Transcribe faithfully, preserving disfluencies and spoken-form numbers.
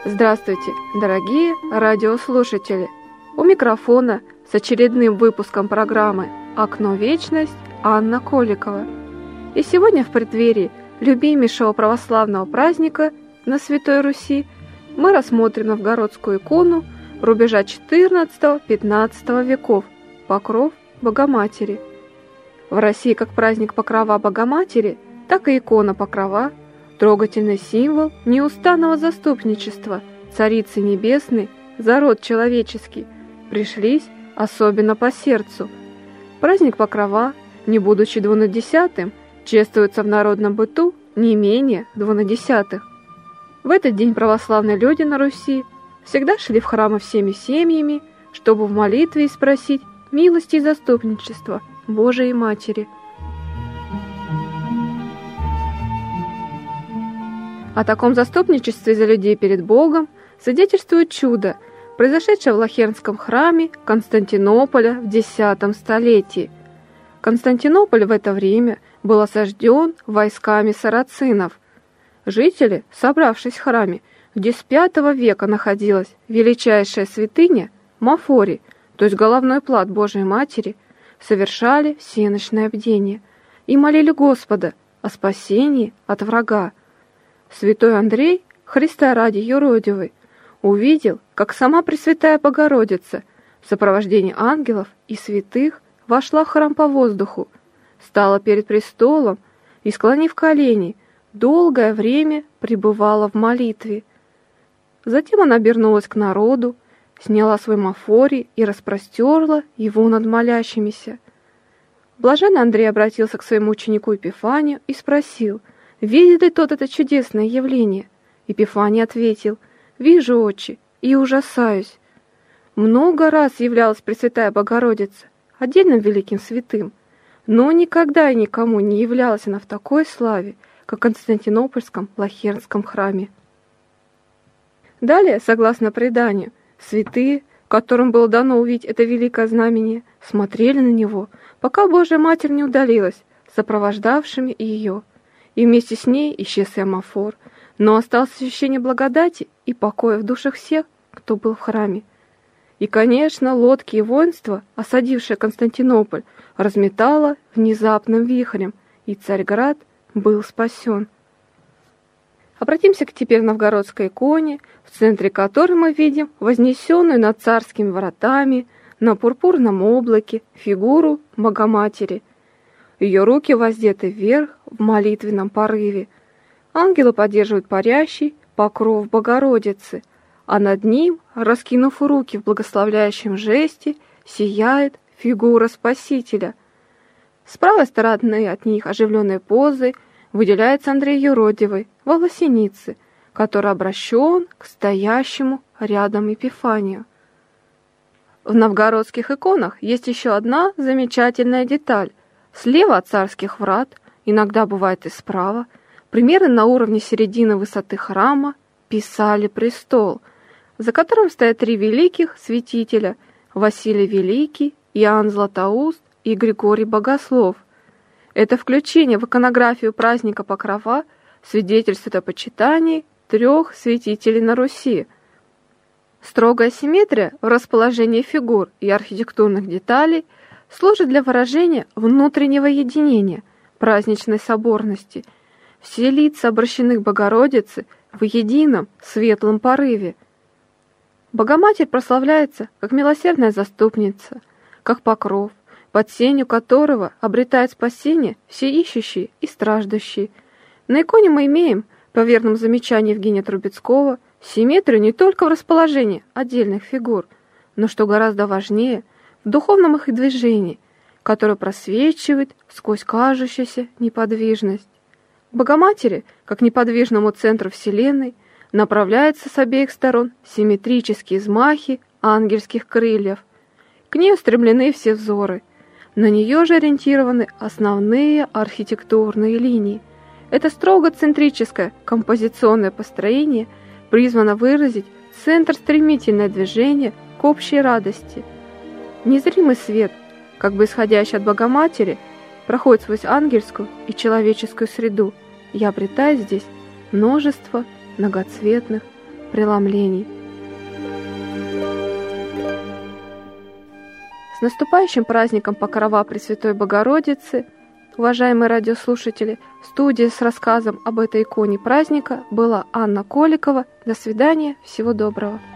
Здравствуйте, дорогие радиослушатели! У микрофона с очередным выпуском программы «Окно в вечность» Анна Коликова. И сегодня в преддверии любимейшего православного праздника на Святой Руси мы рассмотрим новгородскую икону рубежа четырнадцатого-пятнадцатого веков «Покров Богоматери». В России как праздник Покрова Богоматери, так и икона Покрова – трогательный символ неустанного заступничества Царицы Небесной за род человеческий, пришлись особенно по сердцу. Праздник Покрова, не будучи двунадесятым, чествуется в народном быту не менее двунадесятых. В этот день православные люди на Руси всегда шли в храмы всеми семьями, чтобы в молитве спросить милости и заступничества Божией Матери. О таком заступничестве за людей перед Богом свидетельствует чудо, произошедшее в Лахернском храме Константинополя в десятом столетии. Константинополь в это время был осажден войсками сарацинов. Жители, собравшись в храме, где с пятого века находилась величайшая святыня Мафори, то есть головной плат Божией Матери, совершали всеночное бдение и молили Господа о спасении от врага. Святой Андрей, Христа ради юродивый, увидел, как сама Пресвятая Богородица в сопровождении ангелов и святых вошла в храм по воздуху, стала перед престолом и, склонив колени, долгое время пребывала в молитве. Затем она обернулась к народу, сняла свой мафорий и распростерла его над молящимися. Блаженный Андрей обратился к своему ученику Епифанию и спросил, видит ли тот это чудесное явление. Епифаний ответил: «Вижу, отче, и ужасаюсь». Много раз являлась Пресвятая Богородица отдельным великим святым, но никогда и никому не являлась она в такой славе, как в Константинопольском Лахернском храме. Далее, согласно преданию, святые, которым было дано увидеть это великое знамение, смотрели на него, пока Божья Матерь не удалилась, сопровождавшими ее, и вместе с ней исчез и амафор, но осталось ощущение благодати и покоя в душах всех, кто был в храме. И, конечно, лодки и воинство, осадившее Константинополь, разметало внезапным вихрем, и Царьград был спасен. Обратимся к теперь новгородской иконе, в центре которой мы видим вознесенную над царскими воротами на пурпурном облаке фигуру Богоматери. Ее руки воздеты вверх в молитвенном порыве. Ангелы поддерживают парящий покров Богородицы, а над ним, раскинув руки в благословляющем жесте, сияет фигура Спасителя. С правой стороны от них оживленной позой выделяется Андрей Юродивый во власенице, который обращен к стоящему рядом Епифанию. В новгородских иконах есть еще одна замечательная деталь. Слева от царских врат, иногда бывает и справа, примерно на уровне середины высоты храма, писали престол, за которым стоят три великих святителя – Василий Великий, Иоанн Златоуст и Григорий Богослов. Это включение в иконографию праздника Покрова свидетельствует о почитании трех святителей на Руси. Строгая симметрия в расположении фигур и архитектурных деталей служит для выражения внутреннего единения, праздничной соборности. Все лица обращены к Богородице в едином светлом порыве. Богоматерь прославляется как милосердная заступница, как покров, под сенью которого обретают спасение все ищущие и страждущие. На иконе мы имеем, по верному замечанию Евгения Трубецкого, симметрию не только в расположении отдельных фигур, но, что гораздо важнее, в духовном их движении, которое просвечивает сквозь кажущуюся неподвижность. К Богоматери, как неподвижному центру Вселенной, направляются с обеих сторон симметрические взмахи ангельских крыльев. К ней устремлены все взоры. На нее же ориентированы основные архитектурные линии. Это строго центрическое композиционное построение призвано выразить центр стремительное движение к общей радости. Незримый свет, как бы исходящий от Богоматери, проходит сквозь ангельскую и человеческую среду и обретает здесь множество многоцветных преломлений. С наступающим праздником Покрова Пресвятой Богородицы! Уважаемые радиослушатели, в студии с рассказом об этой иконе праздника была Анна Коликова. До свидания, всего доброго.